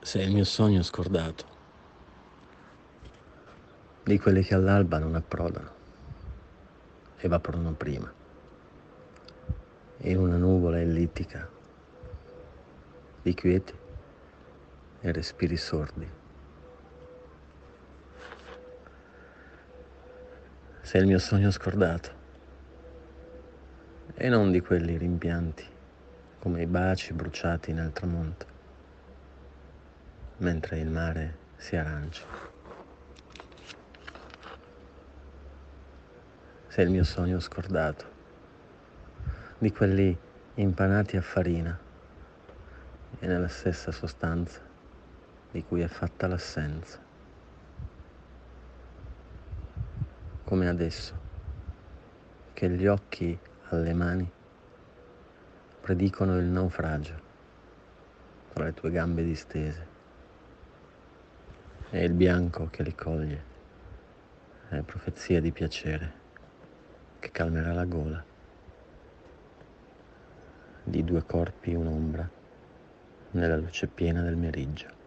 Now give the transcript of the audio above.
Sei il mio sogno scordato, di quelli che all'alba non approdano, evaporano prima, in una nuvola ellittica di quieti e respiri sordi. Sei il mio sogno scordato, e non di quelli rimpianti, come i baci bruciati nel tramonto, mentre il mare si arancia. Sei il mio sogno scordato, di quelli impanati a farina e nella stessa sostanza di cui è fatta l'assenza. Come adesso, che gli occhi alle mani predicono il naufragio tra le tue gambe distese e il bianco che li coglie è profezia di piacere che calmerà la gola di due corpi un'ombra nella luce piena del meriggio.